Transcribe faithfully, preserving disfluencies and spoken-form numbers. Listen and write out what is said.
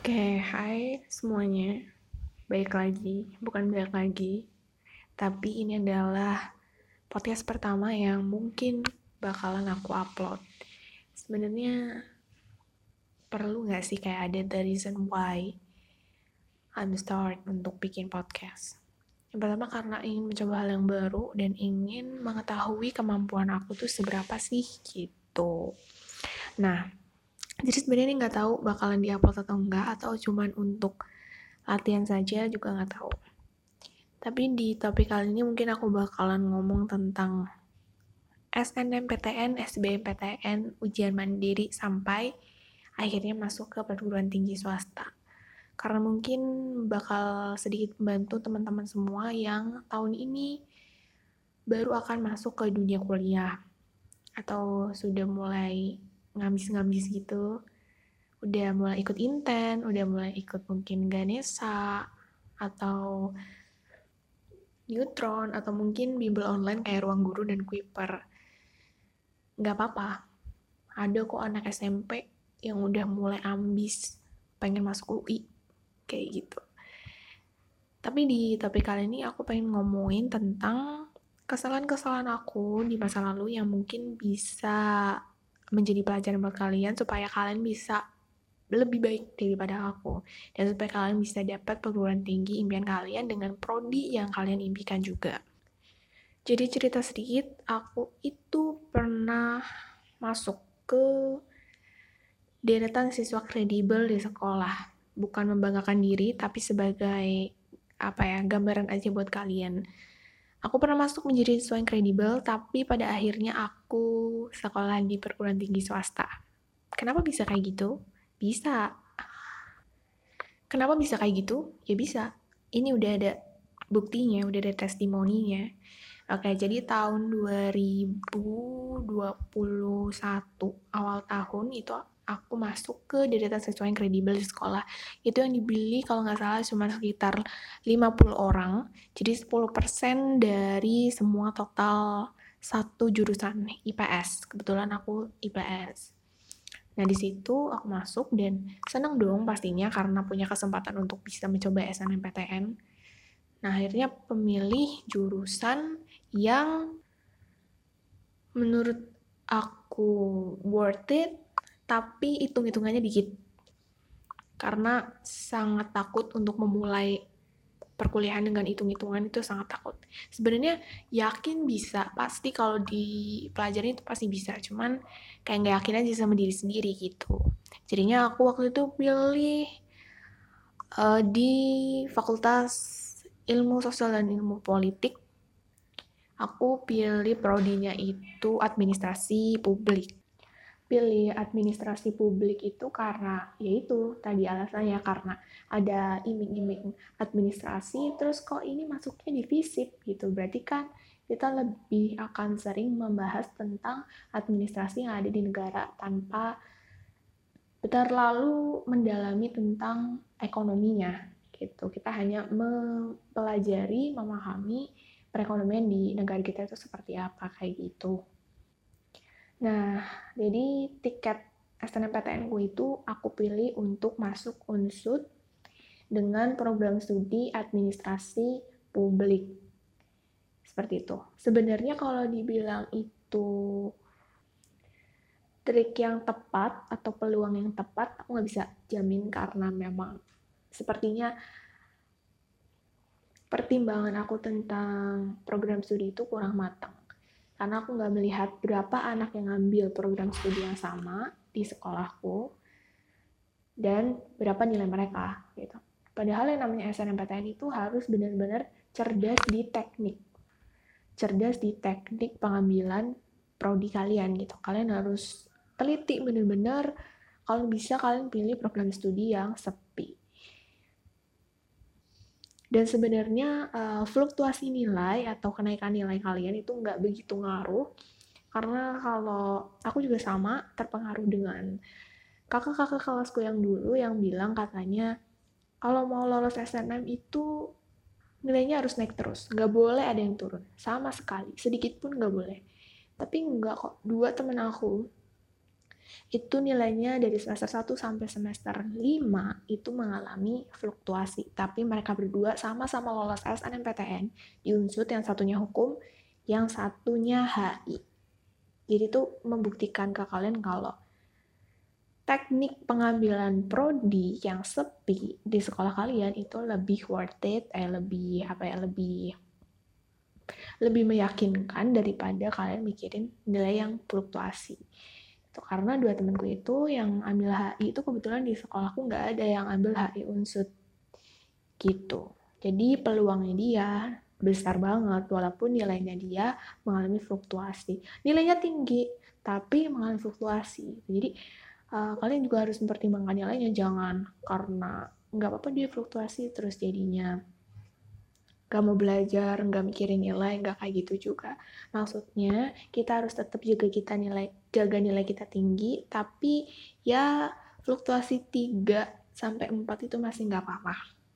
Oke, hai semuanya. Baik lagi, bukan baik lagi, tapi ini adalah podcast pertama yang mungkin bakalan aku upload. Sebenarnya perlu nggak sih kayak ada the reason why I'm start untuk bikin podcast? Yang pertama karena ingin mencoba hal yang baru dan ingin mengetahui kemampuan aku tuh seberapa sih gitu. Nah, jadi sebenarnya nggak tahu bakalan diupload atau enggak atau cuman untuk latihan saja juga nggak tahu. Tapi di topik kali ini mungkin aku bakalan ngomong tentang S N M P T N, S B M P T N, ujian mandiri sampai akhirnya masuk ke perguruan tinggi swasta. Karena mungkin bakal sedikit membantu teman-teman semua yang tahun ini baru akan masuk ke dunia kuliah atau sudah mulai ngabis-ngabis gitu, udah mulai ikut inten, udah mulai ikut mungkin Ganesha atau Neutron atau mungkin bimbel online kayak Ruang Guru dan Kuiper. Nggak apa-apa, ada kok anak S M P yang udah mulai ambis pengen masuk U I kayak gitu. Tapi di topik kali ini aku pengen ngomongin tentang kesalahan-kesalahan aku di masa lalu yang mungkin bisa menjadi pelajaran buat kalian supaya kalian bisa lebih baik daripada aku dan supaya kalian bisa dapat perguruan tinggi impian kalian dengan prodi yang kalian impikan juga. Jadi cerita sedikit, aku itu pernah masuk ke deretan siswa kredibel di sekolah. Bukan membanggakan diri, tapi sebagai apa ya, gambaran aja buat kalian. Aku pernah masuk menjadi siswa yang kredibel, tapi pada akhirnya aku sekolah di perguruan tinggi swasta. Kenapa bisa kayak gitu? Bisa. Kenapa bisa kayak gitu? Ya bisa. Ini udah ada buktinya, udah ada testimoninya. Oke, jadi tahun dua ribu dua puluh satu awal tahun itu aku masuk ke deretan siswa yang kredibel di sekolah. Itu yang dibeli kalau nggak salah cuma sekitar lima puluh orang. Jadi sepuluh persen dari semua total satu jurusan I P S. Kebetulan aku I P S. Nah, di situ aku masuk dan seneng dong pastinya karena punya kesempatan untuk bisa mencoba S N M P T N. Nah, akhirnya pemilih jurusan yang menurut aku worth it, tapi hitung-hitungannya dikit. Karena sangat takut untuk memulai perkuliahan dengan hitung-hitungan itu sangat takut. Sebenarnya yakin bisa, pasti kalau dipelajarin itu pasti bisa. Cuman kayak nggak yakin aja sama diri sendiri gitu. Jadinya aku waktu itu pilih uh, di Fakultas Ilmu Sosial dan Ilmu Politik. Aku pilih prodinya itu administrasi publik. Pilih administrasi publik itu karena yaitu tadi alasannya karena ada iming-iming administrasi, terus kok ini masuknya di FISIP gitu, berarti kan kita lebih akan sering membahas tentang administrasi yang ada di negara tanpa terlalu mendalami tentang ekonominya gitu. Kita hanya mempelajari, memahami perekonomian di negara kita itu seperti apa kayak gitu. Nah, jadi tiket S N M P T N ku itu aku pilih untuk masuk Unsud dengan program studi administrasi publik. Seperti itu. Sebenarnya kalau dibilang itu trik yang tepat atau peluang yang tepat, aku nggak bisa jamin karena memang sepertinya pertimbangan aku tentang program studi itu kurang matang. Karena aku nggak melihat berapa anak yang ngambil program studi yang sama di sekolahku dan berapa nilai mereka gitu. Padahal yang namanya S N M P T N itu harus benar-benar cerdas di teknik, cerdas di teknik pengambilan prodi kalian gitu. Kalian harus teliti benar-benar. Kalau bisa kalian pilih program studi yang sepi. Dan sebenarnya uh, fluktuasi nilai atau kenaikan nilai kalian itu nggak begitu ngaruh. Karena kalau aku juga sama terpengaruh dengan kakak-kakak kelasku yang dulu yang bilang katanya kalau mau lolos S N M itu nilainya harus naik terus. Nggak boleh ada yang turun. Sama sekali. Sedikit pun nggak boleh. Tapi nggak kok. Dua temen aku Itu nilainya dari semester satu sampai semester lima itu mengalami fluktuasi. Tapi mereka berdua sama-sama lolos S N M P T N di Unsud, yang satunya hukum, yang satunya H I. Jadi itu membuktikan ke kalian kalau teknik pengambilan prodi yang sepi di sekolah kalian itu lebih worth it, eh lebih apa ya, lebih lebih meyakinkan daripada kalian mikirin nilai yang fluktuasi. Itu karena dua temanku itu yang ambil H I itu kebetulan di sekolahku nggak ada yang ambil H I Unsud gitu. Jadi peluangnya dia besar banget walaupun nilainya dia mengalami fluktuasi. Nilainya tinggi tapi mengalami fluktuasi. Jadi uh, kalian juga harus mempertimbangkan nilainya, jangan karena nggak apa-apa dia fluktuasi terus jadinya gak mau belajar, gak mikirin nilai, gak kayak gitu juga. Maksudnya kita harus tetap jaga kita nilai, jaga nilai kita tinggi, tapi ya fluktuasi tiga sampai empat itu masih gak apa-apa.